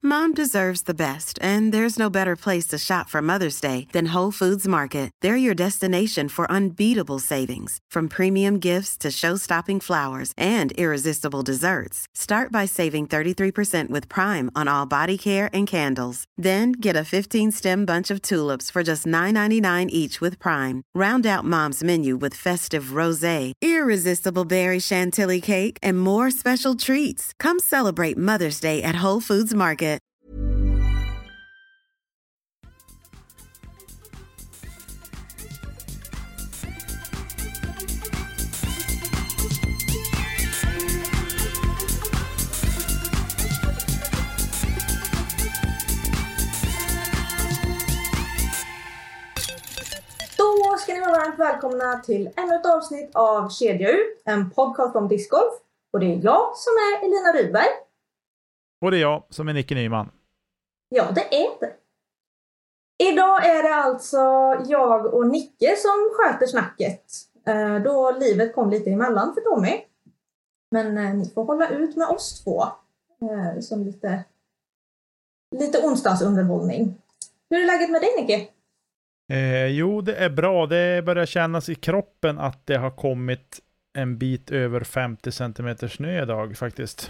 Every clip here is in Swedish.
Mom deserves the best, and there's no better place to shop for Mother's Day than Whole Foods Market. They're your destination for unbeatable savings, from premium gifts to show-stopping flowers and irresistible desserts. Start by saving 33% with Prime on all body care and candles. Then get a 15-stem bunch of tulips for just $9.99 each with Prime. Round out Mom's menu with festive rosé, irresistible berry chantilly cake, and more special treats. Come celebrate Mother's Day at Whole Foods Market. Då ska ni vara varmt välkomna till ännu ett avsnitt av Kedja ut, en podcast om discgolf. Och det är jag som är Elina Rydberg. Och det är jag som är Nicke Nyman. Ja, det är det. Idag är det alltså jag och Nicke som sköter snacket. Då livet kom lite emellan för Tommy. Men ni får hålla ut med oss två. Som lite onsdagsunderhållning. Hur är läget med dig, Nicke? Jo, det är bra. Det börjar kännas i kroppen att det har kommit en bit över 50 cm snö idag faktiskt.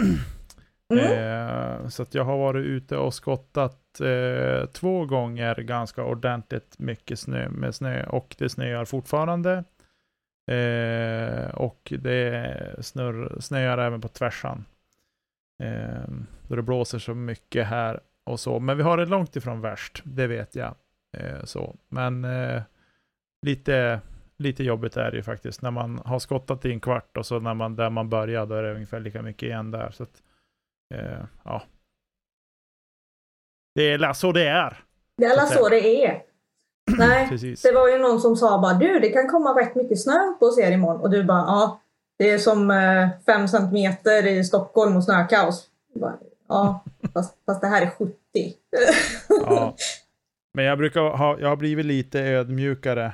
Så att jag har varit ute och skottat 2 gånger ganska ordentligt mycket snö och det snöar fortfarande. Och det snöar även på tvärsan. Då det blåser så mycket här och så. Men vi har det långt ifrån värst, det vet jag. Så. Men lite jobbigt är det ju faktiskt när man har skottat i en kvart och så där man börjar, då är det ungefär lika mycket igen där. Så att, ja. Det är så det är. Det är så det är. Nej, precis. Det var ju någon som sa bara, det kan komma rätt mycket snö på oss imorgon. Och du bara, ja, det är som 5 centimeter i Stockholm och snökaos. Bara, ja, fast det här är 70. Ja. Men jag har blivit lite ödmjukare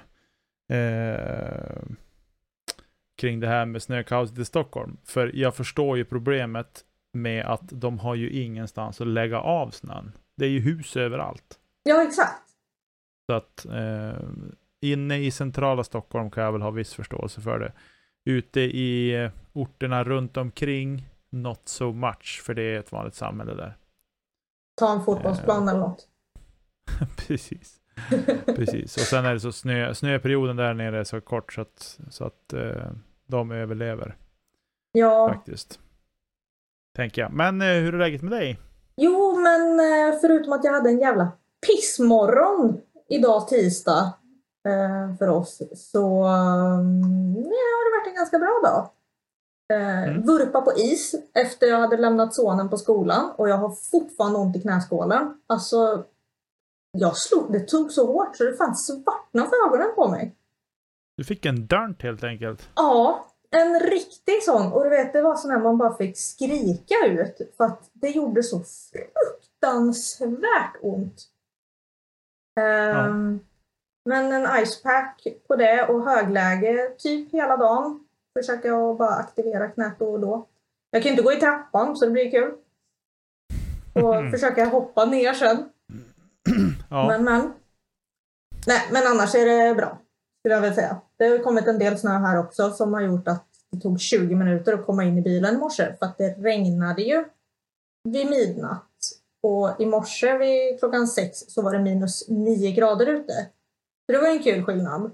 kring det här med snökaoset i Stockholm. För jag förstår ju problemet med att de har ju ingenstans att lägga av snön. Det är ju hus överallt. Ja, exakt. Så att inne i centrala Stockholm kan jag väl ha viss förståelse för det. Ute i orterna runt omkring, not so much, för det är ett vanligt samhälle där. Ta en fotbollsplan eller något. Precis. Och sen är det så snöperioden där nere är så kort så att de överlever. Ja. Faktiskt. Tänker jag. Men hur är läget med dig? Jo, men förutom att jag hade en jävla pissmorgon idag tisdag för oss, så har det varit en ganska bra dag. Vurpa på is efter jag hade lämnat sonen på skolan, och jag har fortfarande ont i knäskålen. Alltså, det tog så hårt så det fanns svartna för ögonen på mig. Du fick en dörnt helt enkelt. Ja, en riktig sån. Och du vet, det var sån här man bara fick skrika ut. För att det gjorde så fruktansvärt ont. Men en icepack på det och högläge typ hela dagen. Försöker jag bara aktivera knät då och då. Jag kan inte gå i trappan så det blir kul. Och försöka hoppa ner sen. Ja. Men annars är det bra, skulle jag väl säga. Det har kommit en del snö här också som har gjort att det tog 20 minuter att komma in i bilen i morse. För att det regnade ju vid midnatt. Och i morse vid klockan 6 så var det minus 9 grader ute. Så det var en kul skillnad.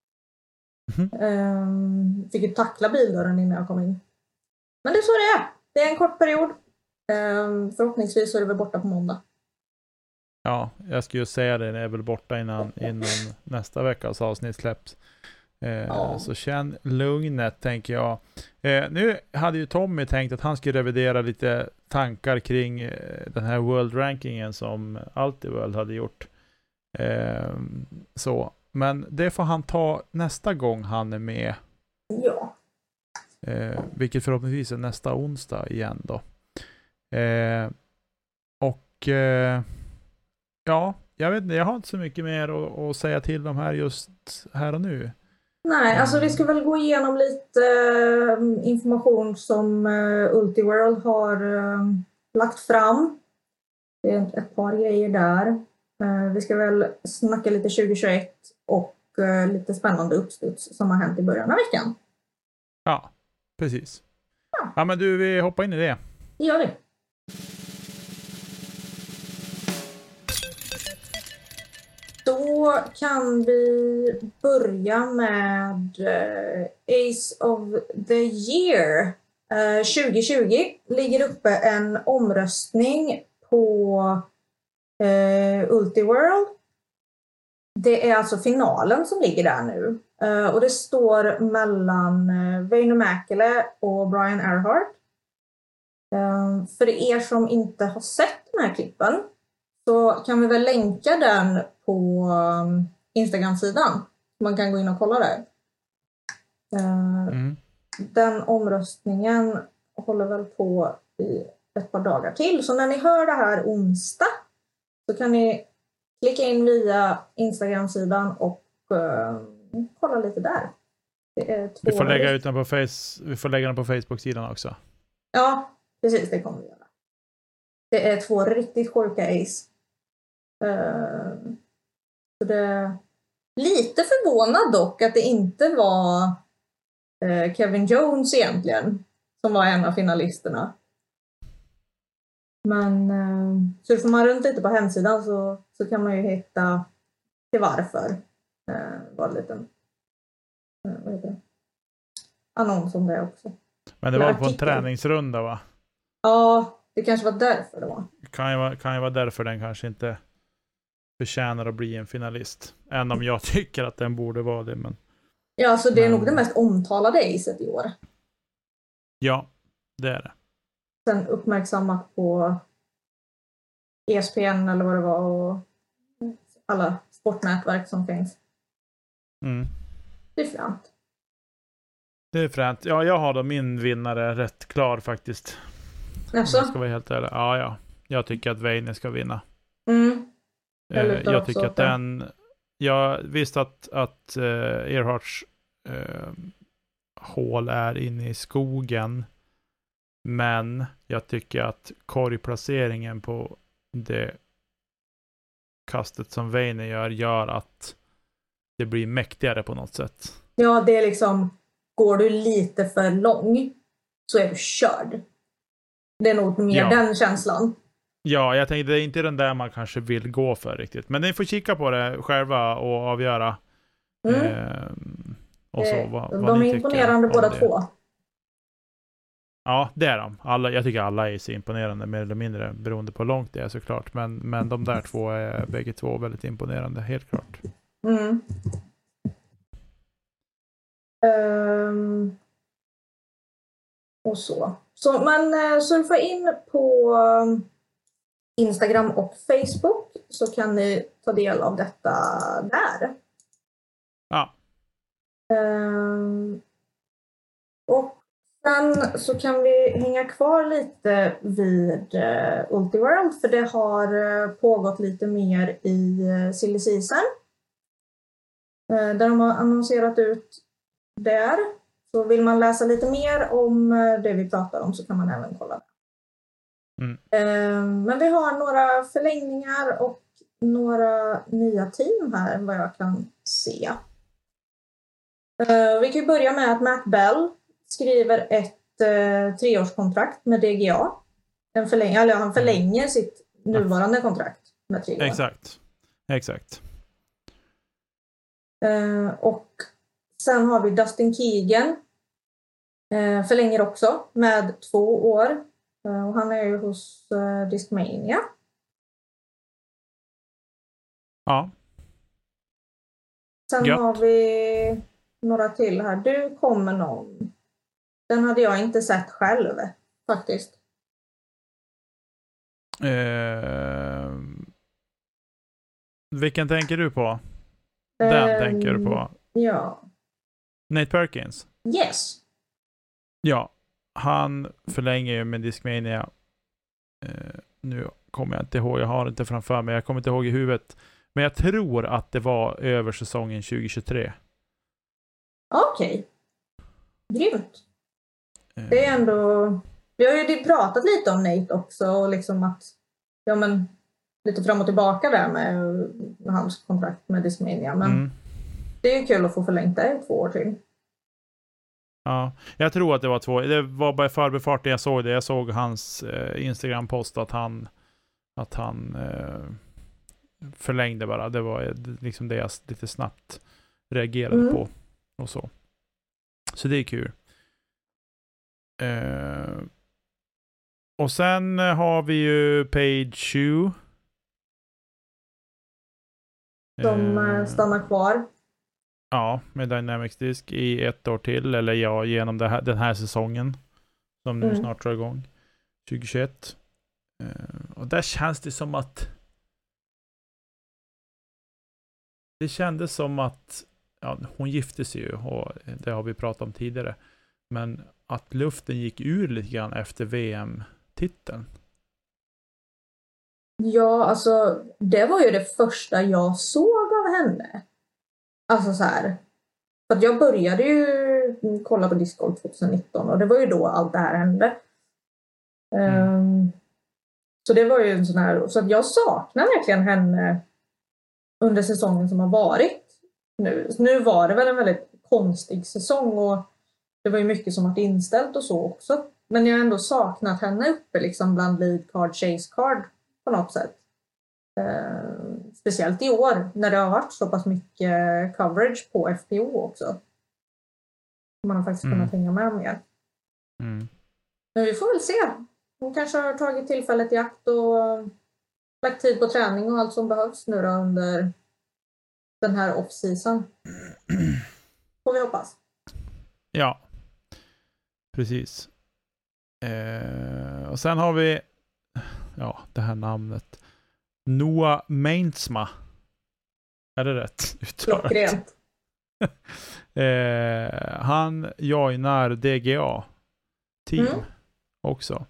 Fick ju tackla bildörren innan jag kom in. Men det är så det är. Det är en kort period. Förhoppningsvis så är det väl borta på måndag. Ja, jag skulle ju säga det, det är väl borta innan nästa veckas avsnitt släpps. Så känn lugnet, tänker jag. Nu hade ju Tommy tänkt att han skulle revidera lite tankar kring den här World Rankingen som Altiworld hade gjort. Så, men det får han ta nästa gång han är med. Ja. Vilket förhoppningsvis är nästa onsdag igen då. Ja, jag vet inte, jag har inte så mycket mer att säga till de här just här och nu. Nej, alltså vi ska väl gå igenom lite information som Ultiworld har lagt fram. Det är ett par grejer där. Vi ska väl snacka lite 2021 och lite spännande uppstuds som har hänt i början av veckan. Ja, precis. Ja, men du, vi hoppar in i det. Det gör vi. Då kan vi börja med Ace of the Year. 2020 ligger uppe en omröstning på Ultiworld. Det är alltså finalen som ligger där nu. Och det står mellan Väinö Mäkelä och Brian Earhart. För er som inte har sett den här klippen så kan vi väl länka den på Instagram-sidan. Man kan gå in och kolla där. Den omröstningen håller väl på i ett par dagar till. Så när ni hör det här onsdag så kan ni klicka in via Instagram-sidan och kolla lite där. Det är vi får lägga ut den på vi får lägga den på Facebook-sidan också. Ja, precis, det kommer vi göra. Det är 2 riktigt sjuka ace. Så det är lite förvånad dock att det inte var Kevin Jones egentligen som var en av finalisterna. Men så får man runt lite på hemsidan så kan man ju hitta till varför. Var en liten vad heter det? Annons om det också. Men det var på en träningsrunda, va? Ja, det kanske var därför det var. Kan ju vara därför den kanske inte förtjänar att bli en finalist. Än om jag tycker att den borde vara det. Men... Ja, så det är nog det mest omtalade acet i år. Ja, det är det. Sen uppmärksammat på ESPN eller vad det var och alla sportnätverk som finns. Det är fränt. Det är fränt. Ja, jag har då min vinnare rätt klar faktiskt. Jaså? Om jag ska vara helt ärlig. Ja. Jag tycker att Väinö ska vinna. Jag tycker att den... Jag visste att Earharts hål är inne i skogen. Men jag tycker att korgplaceringen på det kastet som Väinö gör att det blir mäktigare på något sätt. Ja, det är liksom, går du lite för lång så är du körd. Det är nog mer den känslan. Ja, jag tänkte det är inte den där man kanske vill gå för riktigt. Men ni får kika på det själva och avgöra. Och så, vad de ni är imponerande båda två. Ja, det är de. Jag tycker alla är så imponerande, mer eller mindre, beroende på hur långt det är såklart. Men de där två är bägge två väldigt imponerande, helt klart. Och så. Så man surfar in på Instagram och Facebook så kan ni ta del av detta där. Ja. Och sen så kan vi hänga kvar lite vid Ultiworld för det har pågått lite mer i silly season. Där de har annonserat ut där. Så vill man läsa lite mer om det vi pratar om så kan man även kolla. Men vi har några förlängningar och några nya team här vad jag kan se. Vi kan börja med att Matt Bell skriver ett 3-årskontrakt med DGA. Han förlänger sitt nuvarande kontrakt med 3 år. Exakt. Och sen har vi Dustin Keegan. Förlänger också med 2 år. Och han är ju hos Discmania. Ja. Sen har vi några till här. Du kommer någon. Den hade jag inte sett själv faktiskt. Vilken tänker du på? Den tänker du på? Ja. Nate Perkins? Yes. Ja, han förlänger ju med Discmania. Nu kommer jag inte ihåg, jag har inte framför mig, jag kommer inte ihåg i huvudet. Men jag tror att det var över säsongen 2023. Okej. Grymt. Det är ändå... Vi har ju pratat lite om Nate också och liksom att lite fram och tillbaka där med hans kontrakt med Discmania. Men det är ju kul att få förlängt det i 2 år till. Ja, jag tror att det var 2. Det var bara i förbifarten jag såg det. Jag såg hans Instagram-post att han förlängde bara. Det var liksom det jag lite snabbt reagerade på. Och så. Så det är kul. Och sen har vi ju Page 20. De stannar kvar. Ja, med Dynamics Disk i 1 år till. Eller ja, genom den här säsongen. Som nu snart drar igång. 2021. Och där känns det som att det kändes som att hon gifte sig ju. Och det har vi pratat om tidigare. Men att luften gick ur lite grann efter VM-titeln. Ja, alltså det var ju det första jag såg av henne. Alltså så här. För att jag började ju kolla på discgolf 2019 och det var ju då allt det här hände. Så det var ju en sån här, så att jag saknar verkligen henne under säsongen som har varit nu. Nu var det väl en väldigt konstig säsong och det var ju mycket som varit inställt och så också. Men jag har ändå saknat henne uppe liksom bland lead card, chase card på något sätt. Speciellt i år när det har varit så pass mycket coverage på FPO också. Man har faktiskt kunnat hänga med mer. Men vi får väl se. Hon kanske har tagit tillfället i akt och lagt tid på träning och allt som behövs nu då under den här off-season. Får vi hoppas. Ja, precis. Och sen har vi det här namnet Noah Mainsma. Är det rätt uttalat? Klockrent. Han joinar DGA team också.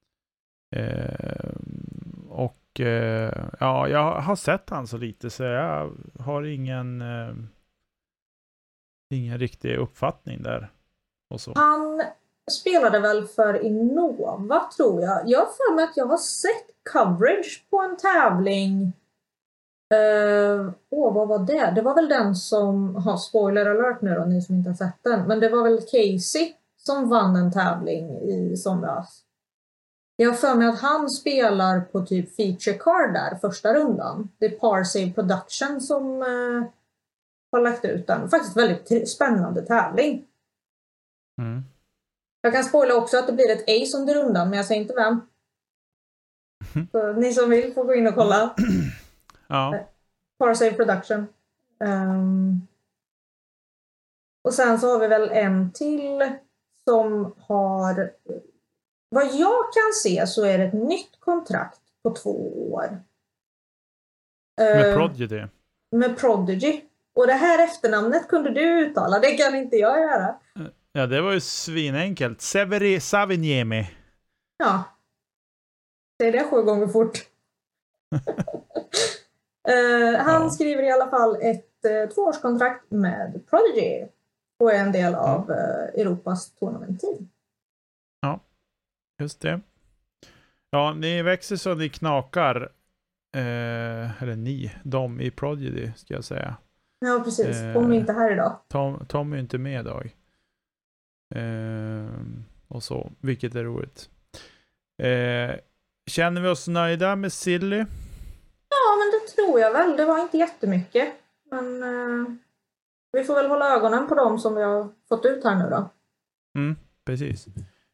Jag har sett han så lite så jag har ingen riktig uppfattning där. Och så. Han spelade väl för Innova tror jag. Jag har för mig att jag har sett coverage på en tävling. Vad var det? Det var väl den som har spoiler alert nu då, ni som inte har sett den. Men det var väl Casey som vann en tävling i somras. Jag har för mig att han spelar på typ feature card där första rundan. Det är Parsave Production som har lagt ut den. Faktiskt väldigt spännande tävling. Jag kan spoila också att det blir ett ace under rundan, men jag säger inte vem. Så ni som vill får gå in och kolla. Parsave Production. Och sen så har vi väl en till som har, vad jag kan se så är det ett nytt kontrakt på 2 år. Med Prodigy. Med Prodigy. Och det här efternamnet kunde du uttala, det kan inte jag göra. Ja, det var ju svinenkelt. Severi Saviniemi. Ja. Det är det 7 gånger fort. Han skriver i alla fall ett 2-årskontrakt med Prodigy och är en del av Europas tournament-team. Ja, just det. Ja, ni växer så ni knakar. Eller de i Prodigy ska jag säga. Ja, precis. Tom är inte här idag. Tom är inte med idag. Och så, vilket är roligt. Känner vi oss nöjda med Silly? Ja, men det tror jag väl. Det var inte jättemycket. Men vi får väl hålla ögonen på dem som vi har fått ut här nu då. Precis.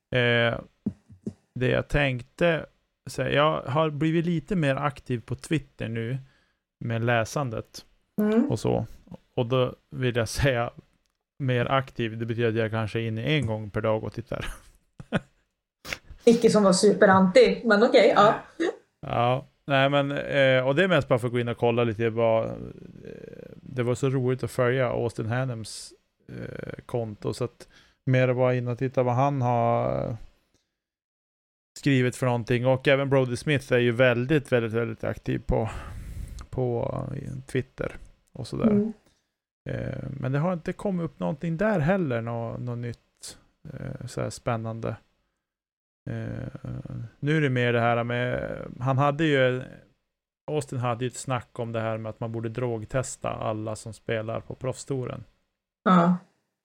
Det jag tänkte säga, jag har blivit lite mer aktiv på Twitter nu med läsandet och så. Och då vill jag säga mer aktiv, det betyder att jag kanske är inne 1 gång per dag och tittar. Icke som var superanti, men okej, ja. Ja, nej men, och det är mest bara för att gå in och kolla lite det var så roligt att följa Austin Hannums konto, så att mer bara in och titta vad han har skrivit för någonting, och även Brody Smith är ju väldigt, väldigt, väldigt aktiv på Twitter och sådär. Men det har inte kommit upp någonting där heller, något nytt så här spännande. Nu är det mer det här med, han hade ju Austin hade ju ett snack om det här med att man borde drogtesta alla som spelar på proffstouren. Ja.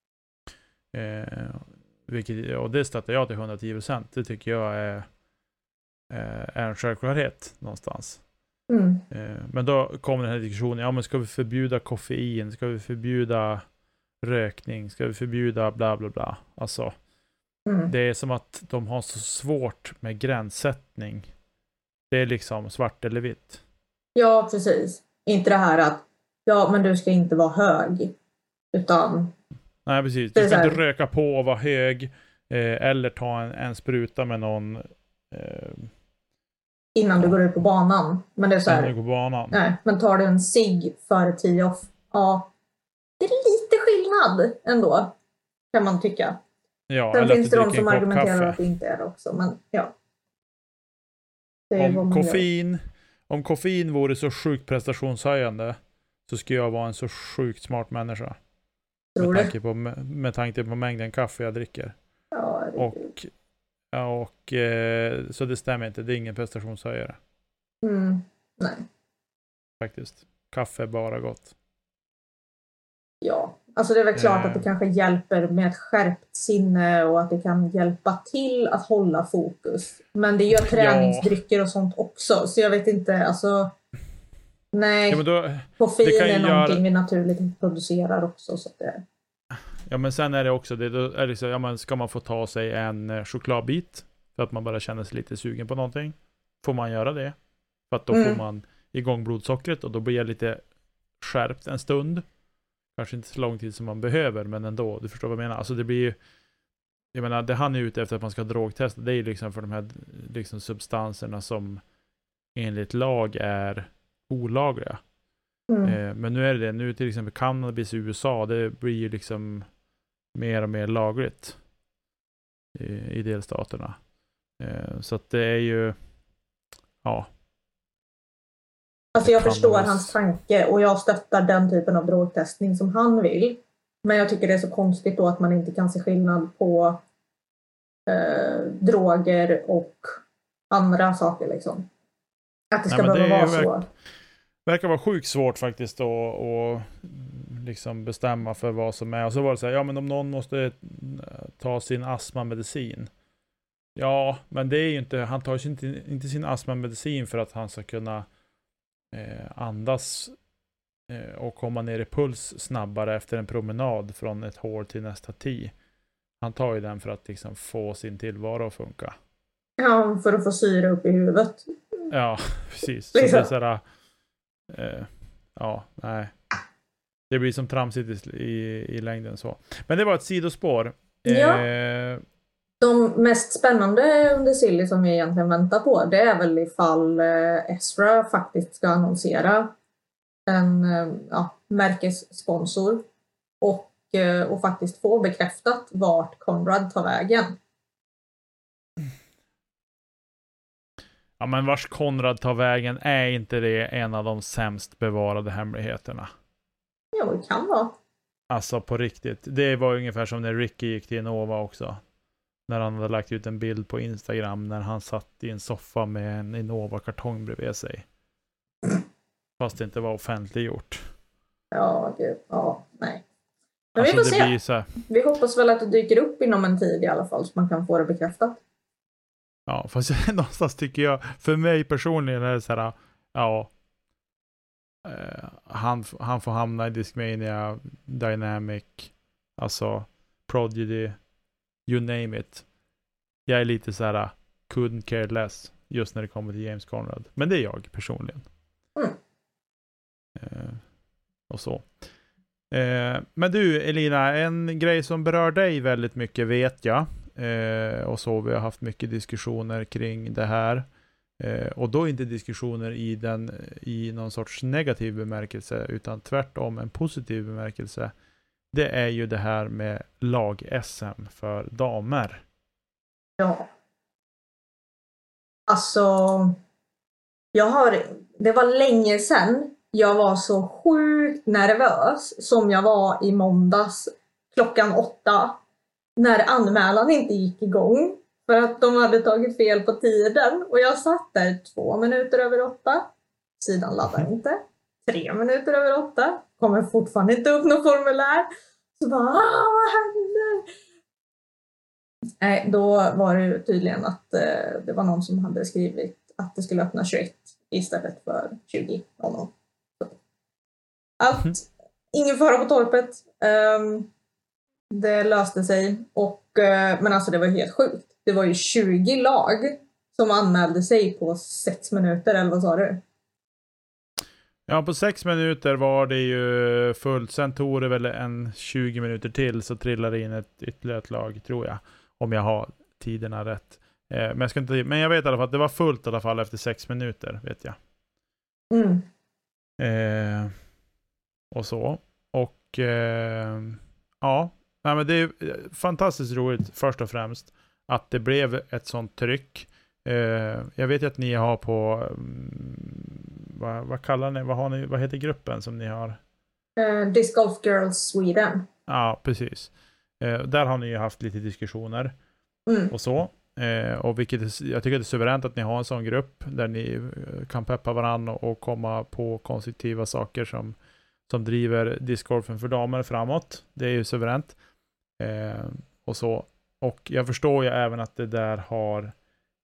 Och det stöttar jag till 110%. Det tycker jag är en självklarhet någonstans. Men då kommer den här diskussionen, ja men ska vi förbjuda koffein? Ska vi förbjuda rökning? Ska vi förbjuda bla bla bla? Alltså, det är som att de har så svårt med gränssättning. Det är liksom svart eller vitt. Ja, precis. Inte det här att, ja men du ska inte vara hög. Utan... Nej, precis. Du ska inte röka på och vara hög. Eller ta en spruta med någon... innan du går ut på banan. Men det är så här, innan du går på banan. Nej, men tar du en cigg före tee-off, ja, det är lite skillnad ändå, kan man tycka. Ja, sen eller finns det de en som argumenterar kaffe. att det inte är det också, men ja. Om koffein vore så sjukt prestationshöjande så skulle jag vara en så sjukt smart människa. Med tanke på mängden kaffe jag dricker. Ja, och så det stämmer inte. Det är ingen prestationshöjare. Nej. Faktiskt. Kaffe är bara gott. Ja, alltså det är väl klart att det kanske hjälper med ett skärpt sinne och att det kan hjälpa till att hålla fokus. Men det gör träningsdrycker och sånt också. Så jag vet inte, alltså... Nej, ja, men då, koffein är någonting vi naturligt producerar också. Så att det... Ja, men sen är det också, då är det så, ja, men ska man få ta sig en chokladbit för att man bara känner sig lite sugen på någonting? Får man göra det? För att då får man igång blodsockret och då blir jag lite skärpt en stund. Kanske inte så lång tid som man behöver, men ändå, du förstår vad jag menar. Alltså det blir ju, jag menar, det han är ute efter att man ska drogtesta, det är ju liksom för de här liksom substanserna som enligt lag är olagliga. Men nu är det, nu till exempel cannabis i USA, det blir ju liksom mer och mer lagligt i delstaterna. Så att det är ju, ja. Alltså jag förstår hans tanke och jag stöttar den typen av drogtestning som han vill. Men jag tycker det är så konstigt då att man inte kan se skillnad på droger och andra saker liksom. Att det ska behöva vara så. Verkar vara sjukt svårt faktiskt att liksom bestämma för vad som är. Och så var det så här, ja men om någon måste ta sin astmamedicin. Ja, men det är ju inte, han tar ju inte sin astmamedicin för att han ska kunna andas och komma ner i puls snabbare efter en promenad från ett hål till nästa tee. Han tar ju den för att liksom få sin tillvaro att funka. Ja, för att få syre upp i huvudet. Ja, precis. Så det är så här, ja, nej. Det blir som tramsigt i längden så. Men det var ett sidospår. Ja. De mest spännande under Silly som vi egentligen väntar på, det är väl ifall Ezra faktiskt ska annonsera en märkessponsor och faktiskt få bekräftat vart Conrad tar vägen. Ja, men vars Conrad tar vägen, är inte det en av de sämst bevarade hemligheterna? Ja, det kan vara. Alltså på riktigt. Det var ungefär som när Ricky gick till Innova också. När han hade lagt ut en bild på Instagram när han satt i en soffa med en Innova-kartong bredvid sig. Fast det inte var offentliggjort. Ja, gud. Ja, nej. Men alltså, vi får se. Blir så här... Vi hoppas väl att det dyker upp inom en tid i alla fall så man kan få det bekräftat. Ja, fast någonstans tycker jag, för mig personligen är det så här, ja, han får hamna i Discmania, Dynamic, alltså Prodigy, you name it. Jag är lite så här, couldn't care less just när det kommer till James Conrad. Men det är jag personligen. Och så. Men du Elina, en grej som berör dig väldigt mycket vet jag. Och så vi har haft mycket diskussioner kring det här. Och då inte diskussioner i någon sorts negativ bemärkelse utan tvärtom en positiv bemärkelse. Det är ju det här med lag-SM för damer. Ja. Alltså det var länge sedan jag var så sjukt nervös som jag var i måndags klockan 8 när anmälan inte gick igång för att de hade tagit fel på tiden och jag satt där 2 minuter över 8, Sidan laddar inte. 3 minuter över 8. Kommer fortfarande inte upp något formulär. Så bara, vad händer? Nej, då var det ju tydligen att det var någon som hade skrivit att det skulle öppna 21 istället för 20. Allt, ingen fara på torpet. Det löste sig. Men alltså det var helt sjukt. Det var ju 20 lag som anmälde sig på 6 minuter, eller vad sa du? Ja, på 6 minuter var det ju fullt. Sen tog det väl en 20 minuter till så trillade in ytterligare ett lag, tror jag. Om jag har tiderna rätt. Men jag vet i alla fall att det var fullt i alla fall efter 6 minuter, vet jag. Och så. Och ja, nej, men det är fantastiskt roligt först och främst att det blev ett sånt tryck. Jag vet ju att ni har på vad kallar ni, vad heter gruppen som ni har? Disc Golf Girls Sweden. Ja, precis. Där har ni ju haft lite diskussioner och så. Och jag tycker det är suveränt att ni har en sån grupp där ni kan peppa varandra och komma på konstruktiva saker som driver discgolfen för damer framåt. Det är ju suveränt. Och så. Och jag förstår ju även att det där har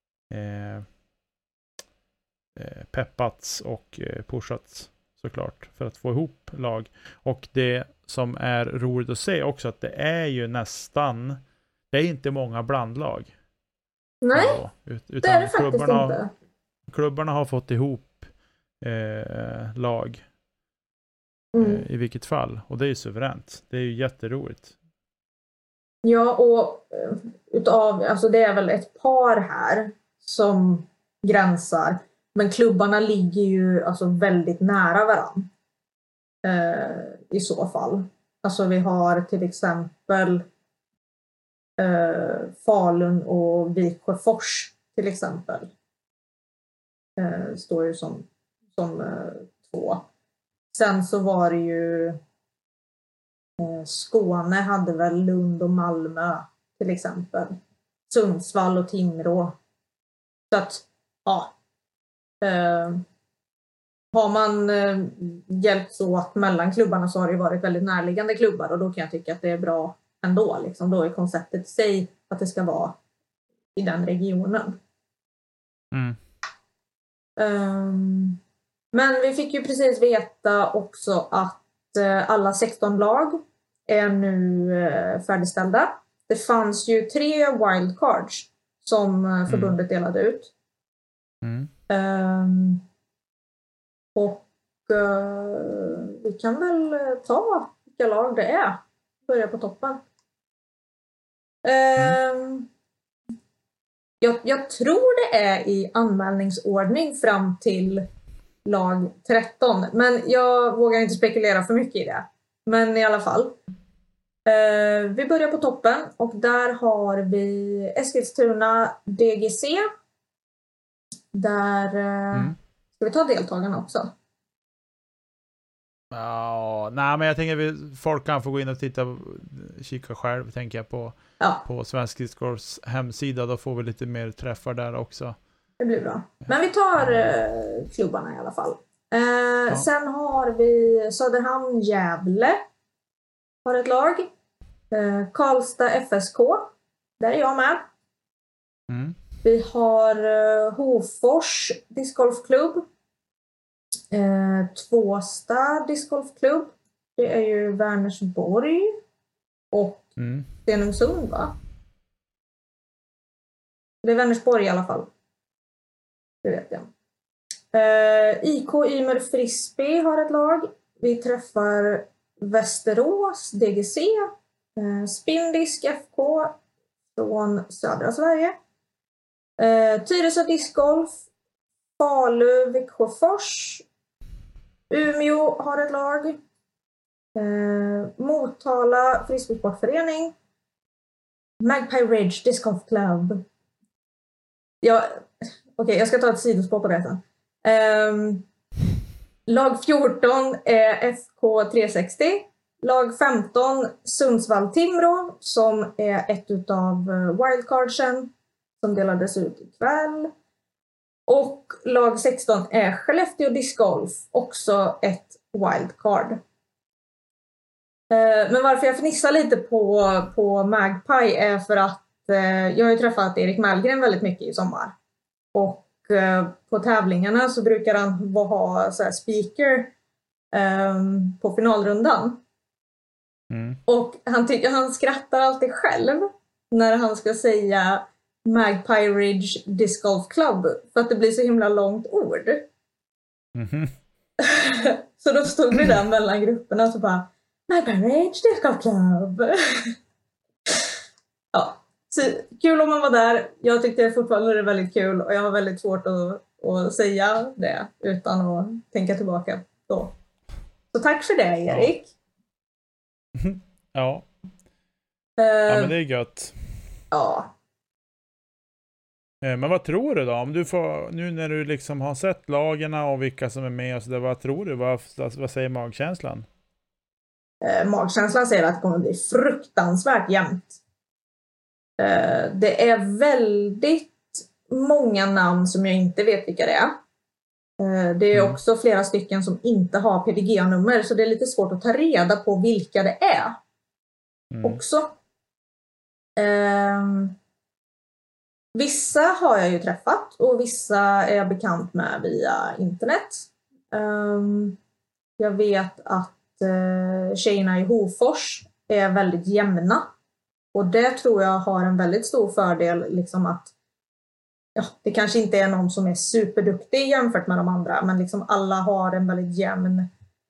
peppats och pushats såklart för att få ihop lag. Och det som är roligt att se också att det är ju det är inte många blandlag. Nej, utan det är det faktiskt inte. Klubbarna har fått ihop lag i vilket fall. Och det är ju suveränt. Det är ju jätteroligt. Ja, och alltså det är väl ett par här som gränsar. Men klubbarna ligger ju alltså väldigt nära varann. I så fall. Alltså vi har till exempel Falun och Viksjöfors till exempel. Står ju som 2. Sen så var det ju Skåne hade väl Lund och Malmö till exempel. Sundsvall och Timrå. Så att, ja. Har man hjälpts åt mellan klubbarna så har det varit väldigt närliggande klubbar. Och då kan jag tycka att det är bra ändå. Liksom. Då är konceptet i sig att det ska vara i den regionen. Men vi fick ju precis veta också att alla 16 lag är nu färdigställda. Det fanns ju 3 wildcards som förbundet delade ut. Och vi kan väl ta vilka lag det är. Börja på toppen. Jag tror det är i anmälningsordning fram till lag 13. Men jag vågar inte spekulera för mycket i det. Men i alla fall. Vi börjar på toppen. Och där har vi Eskilstuna DGC. Där ska vi ta deltagarna också. Ja, nej, men jag tänker folk kan få gå in och kika själv, tänker jag på Svensk Discgolfs hemsida. Då får vi lite mer träffar där också. Det blir bra. Men vi tar klubbarna i alla fall. Sen har vi Söderhamn Gävle. Har ett lag. Karlstad FSK. Där är jag med. Vi har Hofors discgolfklubb. Tvåsta discgolfklubb. Det är ju Vänersborg och Stenungsund, va? Det är Vänersborg i alla fall. Det vet jag. IK Ymer Frisbee har ett lag. Vi träffar Västerås DGC. Spindisk FK från södra Sverige. Tyresö discgolf. Falu Viksjöfors. Umeå har ett lag. Motala Frisbeesportförening. Magpie Ridge Disc Golf Club. Jag ska ta ett sidospår på det sen. Lag 14 är FK 360. Lag 15 Sundsvall Timrå som är ett utav wildcardsen som delades ut ikväll. Och lag 16 är Skellefteå Disc Golf, också ett wildcard. Men varför jag fnissar lite på Magpie är för att jag har ju träffat Erik Mellgren väldigt mycket i sommar. Och på tävlingarna så brukar han ha så här speaker på finalrundan. Och han skrattar alltid själv när han ska säga Magpie Ridge Disc Golf Club, för att det blir så himla långt ord. Så då stod vi där mellan grupperna och så bara Magpie Ridge Disc Golf Club. Ja, så kul om man var där. Jag tyckte fortfarande det är väldigt kul och jag har väldigt svårt att säga det utan att tänka tillbaka då. Så tack för det, Erik. Ja. Ja, men det är gött. Ja. Men vad tror du då? Om du får, nu när du liksom har sett lagarna och vilka som är med och så där, vad tror du? Vad säger magkänslan? Magkänslan säger att det kommer bli fruktansvärt jämnt. Det är väldigt många namn som jag inte vet vilka det är. Det är också flera stycken som inte har PDG-nummer, så det är lite svårt att ta reda på vilka det är. Också. Vissa har jag ju träffat och vissa är jag bekant med via internet. Jag vet att tjejerna i Hofors är väldigt jämna. Och det tror jag har en väldigt stor fördel, liksom att det kanske inte är någon som är superduktig jämfört med de andra, men liksom alla har en väldigt jämn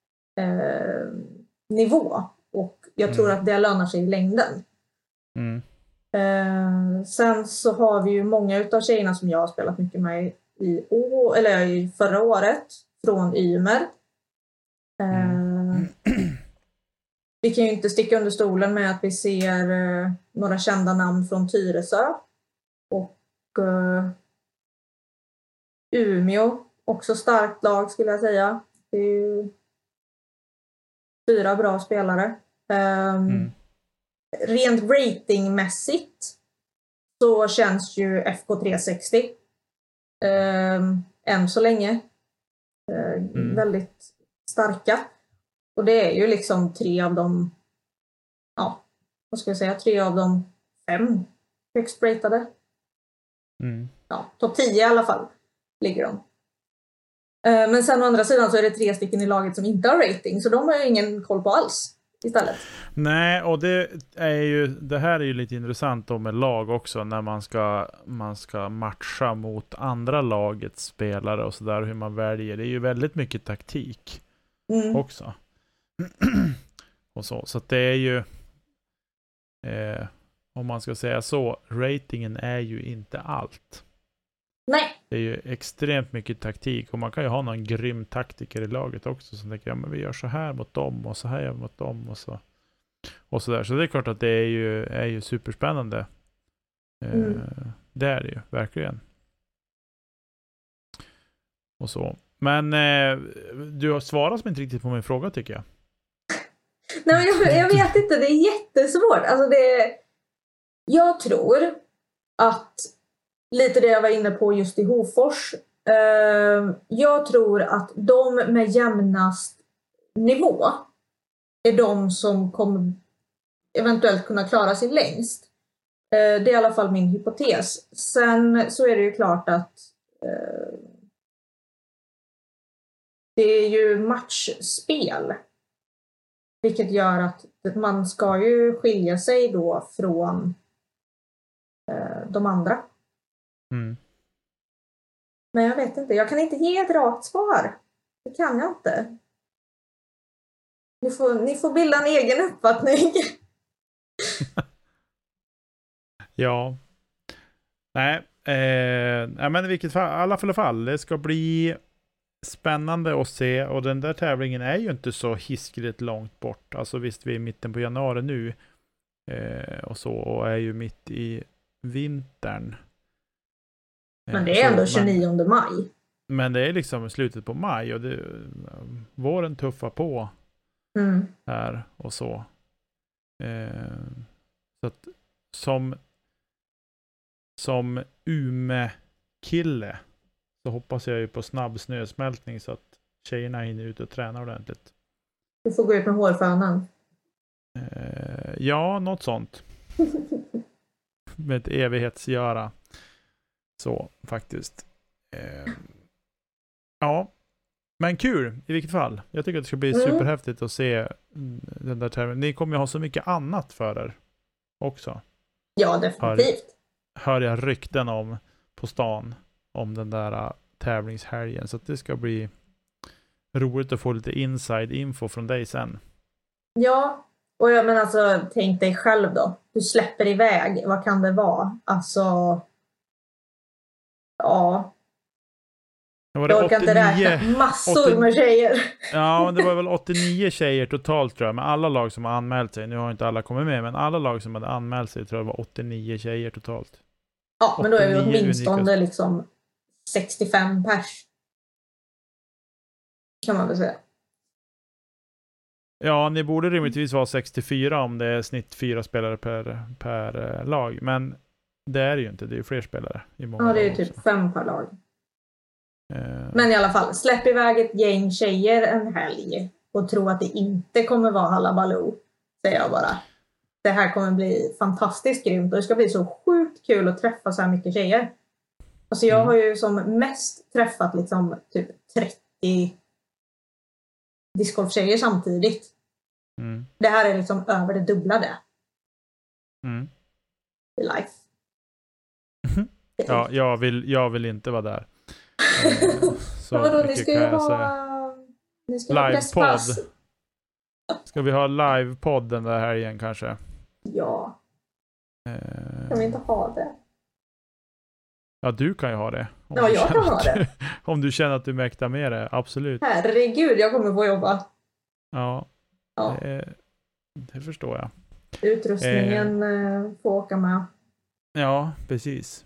nivå. Och jag tror att det lönar sig i längden. Sen så har vi ju många utav tjejerna som jag har spelat mycket med i förra året från Ymer. Vi kan ju inte sticka under stolen med att vi ser några kända namn från Tyresö. Och Umeå, också starkt lag skulle jag säga. Det är ju 4 bra spelare. Rent ratingmässigt så känns ju FK360 än så länge väldigt starka. Och det är ju liksom 3 av de 5 högst ratade. Topp 10 i alla fall ligger de. Men sen å andra sidan så är det 3 stycken i laget som inte har rating, så de har ju ingen koll på alls istället. Nej, och det här är ju lite intressant då med lag också, när man ska matcha mot andra lagets spelare och sådär, hur man väljer. Det är ju väldigt mycket taktik också. Och så att det är ju om man ska säga så, ratingen är ju inte allt. Nej. Det är ju extremt mycket taktik, och man kan ju ha någon grym taktiker i laget också som tänker, men vi gör så här mot dem och så här mot dem och så där. Så det är klart att det är ju superspännande. Det är det ju, verkligen. Och så. Men du har svarat inte riktigt på min fråga, tycker jag. Nej, men jag vet inte, det är jättesvårt. Alltså jag tror att lite det jag var inne på just i Hofors. Jag tror att de med jämnast nivå är de som kommer eventuellt kunna klara sig längst. Det är i alla fall min hypotes. Sen så är det ju klart att det är ju matchspel. Vilket gör att man ska ju skilja sig då från de andra. Men jag vet inte. Jag kan inte ge ett rakt svar. Det kan jag inte. Ni får bilda en egen uppfattning. Ja. Nej. Men i vilket fall, alla fall. Det ska bli spännande att se. Och den där tävlingen är ju inte så hiskligt långt bort. Alltså visst, vi är i mitten på januari nu. Och är ju mitt i vintern. Men det är ändå 29 maj. Men det är liksom slutet på maj. Och våren tuffar på. Här och så. Så att som Ume-kille så hoppas jag ju på snabb snösmältning så att tjejerna hinner ut och träna ordentligt. Du får gå ut med hårfönen. Ja, något sånt. Med ett evighetsgöra. Så, faktiskt. Ja. Men kul, i vilket fall. Jag tycker att det ska bli superhäftigt att se den där tävlingen. Ni kommer ju ha så mycket annat för er också. Ja, definitivt. Hör jag rykten om på stan om den där tävlingshelgen. Så att det ska bli roligt att få lite inside info från dig sen. Ja, och men alltså tänk dig själv då. Du släpper iväg, vad kan det vara? Alltså, ja. Jag orkar inte räkna massor med tjejer. Ja, det var väl 89 tjejer totalt tror jag. Men alla lag som har anmält sig. Nu har inte alla kommit med. Men alla lag som hade anmält sig tror jag var 89 tjejer totalt. Ja, men då är vi åtminstone liksom 65 pers. Kan man väl säga. Ja, ni borde rimligtvis vara 64 om det är snitt 4 spelare per lag. Men det är det ju inte. Det är ju fler spelare. I många ja, det är ju typ 5 per lag. Men i alla fall, släpp iväg ett gäng tjejer en helg och tro att det inte kommer vara halabaloo, säger jag bara. Det här kommer bli fantastiskt grymt och det ska bli så sjukt kul att träffa så här mycket tjejer. Alltså jag har ju som mest träffat liksom typ 30 discgolf-tjejer samtidigt. Det här är liksom över det dubbla det. I life. Ja, jag vill inte vara där. Så vadå, ni ska ju ha livepodd. Ska vi ha livepodd den där här igen kanske? Ja. Kan vi inte ha det? Ja, du kan ju ha det. Ja, jag kan ha det. Om du känner att du mäktar med det, absolut. Herregud, jag kommer få jobba. Ja. Det förstår jag. Utrustningen får åka med. Ja, precis.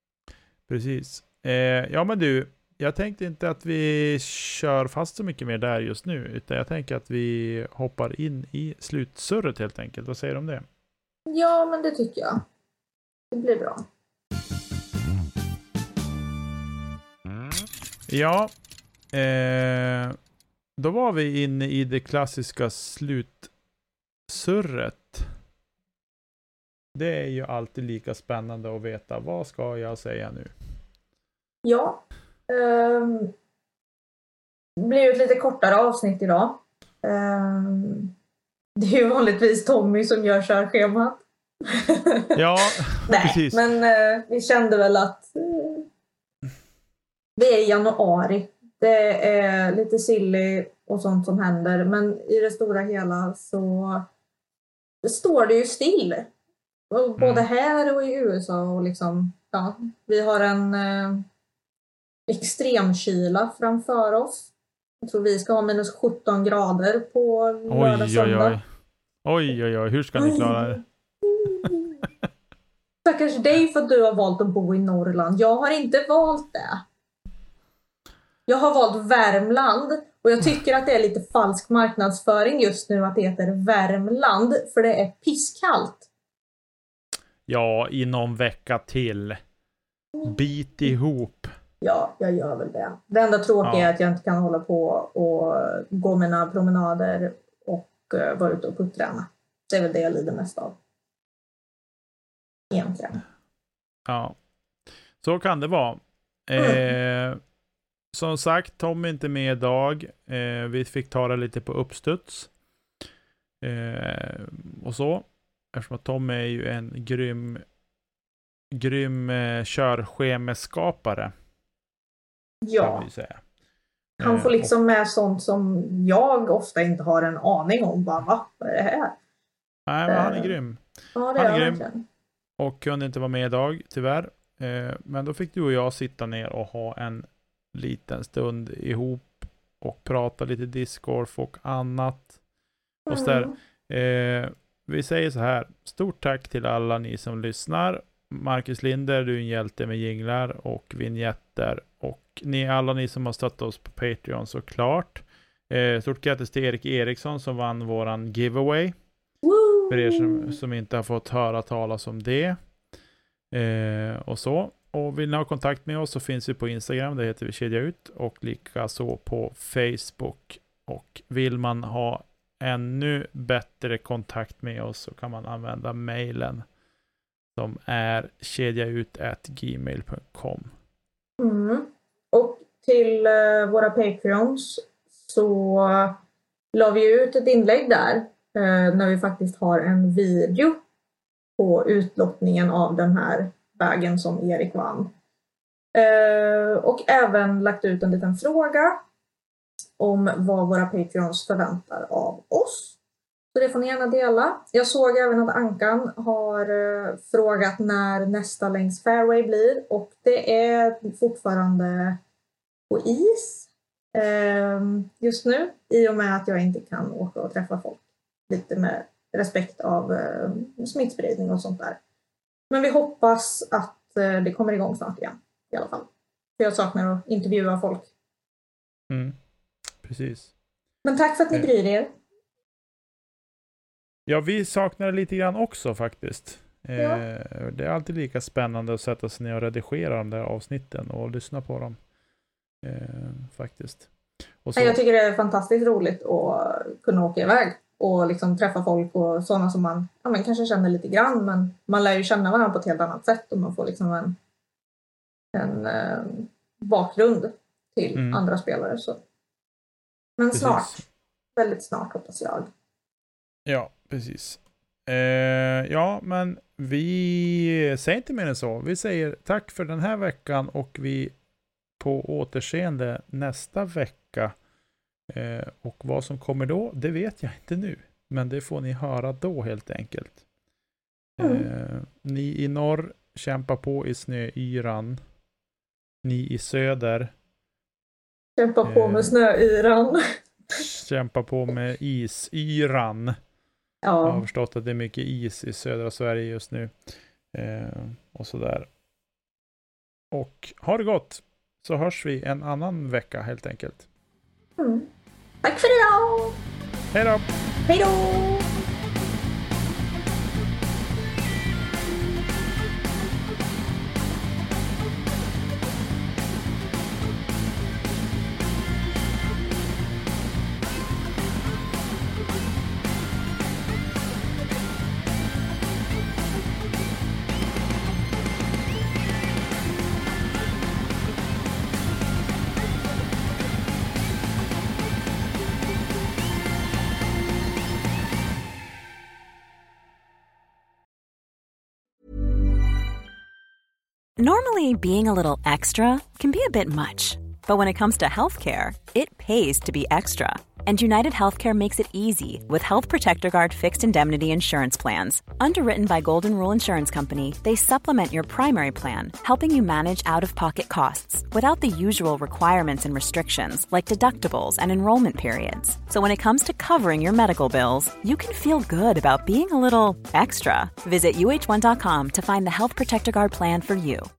Ja, men du, jag tänkte inte att vi kör fast så mycket mer där just nu, utan jag tänker att vi hoppar in i slutsurret helt enkelt. Vad säger du om det? Ja, men det tycker jag. Det blir bra. Ja, då var vi inne i det klassiska slutsurret. Det är ju alltid lika spännande att veta, vad ska jag säga nu? Ja, det blir ju ett lite kortare avsnitt idag. Det är ju vanligtvis Tommy som gör körschemat. Ja, nej, precis. Men vi kände väl att vi är i januari. Det är lite silly och sånt som händer. Men i det stora hela så står det ju still. Både här och i USA. Och liksom, ja, vi har en extremkyla framför oss. Jag tror vi ska ha minus 17 grader på lördag söndag. Oj, hur ska ni klara det? Stackars dig för att du har valt att bo i Norrland. Jag har inte valt det. Jag har valt Värmland. Och jag tycker att det är lite falsk marknadsföring just nu att det heter Värmland. För det är pisskallt. Ja, i någon vecka till. Bit ihop. Ja, jag gör väl det. Det enda tråkiga är att jag inte kan hålla på och gå mina promenader och vara ute och putträna. Det är väl det jag lider mest av. Egentligen. Ja, så kan det vara. Som sagt, Tom är inte med idag. Vi fick ta det lite på uppstuds. Och så. Eftersom att Tom är ju en grym körschemeskapare. Ja. Han får liksom med sånt som jag ofta inte har en aning om. Bara, vad är det här? Nej, men han är grym. Ja, det är grym. Och kunde inte vara med idag, tyvärr. Men då fick du och jag sitta ner och ha en liten stund ihop och prata lite discgolf och annat. Och så där. Vi säger så här. Stort tack till alla ni som lyssnar. Marcus Linder, du är en hjälte med jinglar och vignetter. Och alla ni som har stöttat oss på Patreon såklart. Stort grattis till Erik Eriksson som vann våran giveaway. För er som inte har fått höra talas om det. Och så. Och vill ni ha kontakt med oss så finns vi på Instagram, det heter vi Kedja Ut, och likaså på Facebook. Och vill man ha ännu bättre kontakt med oss så kan man använda mejlen som är kedjaut@gmail.com. Och till våra Patreons så la vi ut ett inlägg där när vi faktiskt har en video på utlottningen av den här bagen som Erik vann. Och även lagt ut en liten fråga om vad våra Patreons förväntar av oss. Så det får ni gärna dela. Jag såg även att Ankan har frågat när nästa längs fairway blir. Och det är fortfarande på is just nu. I och med att jag inte kan åka och träffa folk. Lite med respekt av smittspridning och sånt där. Men vi hoppas att det kommer igång snart igen. I alla fall. För jag saknar att intervjua folk. Precis. Men tack för att ni bryr er. Ja, vi saknar det lite grann också faktiskt. Ja. Det är alltid lika spännande att sätta sig ner och redigera de där avsnitten och lyssna på dem. Faktiskt. Och så... Jag tycker det är fantastiskt roligt att kunna åka iväg och liksom träffa folk och sådana som man kanske känner lite grann, men man lär ju känna varandra på ett helt annat sätt och man får liksom en bakgrund till andra spelare. Så. Men precis. Snart, väldigt snart hoppas jag. Ja, precis. Ja, men vi säger inte mer än så. Vi säger tack för den här veckan och vi på återseende nästa vecka. Och vad som kommer då, det vet jag inte nu. Men det får ni höra då helt enkelt. Ni i norr kämpar på i snöyran. Ni i söder kämpa på med snöyran. Kämpa på med isyran. Ja. Jag har förstått att det är mycket is i södra Sverige just nu. Och sådär. Och ha det gott. Så hörs vi en annan vecka helt enkelt. Tack för idag! Hej då! Hej då! Normally, being a little extra can be a bit much, but when it comes to healthcare, it pays to be extra. And United Healthcare makes it easy with Health Protector Guard fixed indemnity insurance plans. Underwritten by Golden Rule Insurance Company, they supplement your primary plan, helping you manage out-of-pocket costs without the usual requirements and restrictions like deductibles and enrollment periods. So when it comes to covering your medical bills, you can feel good about being a little extra. Visit uh1.com to find the Health Protector Guard plan for you.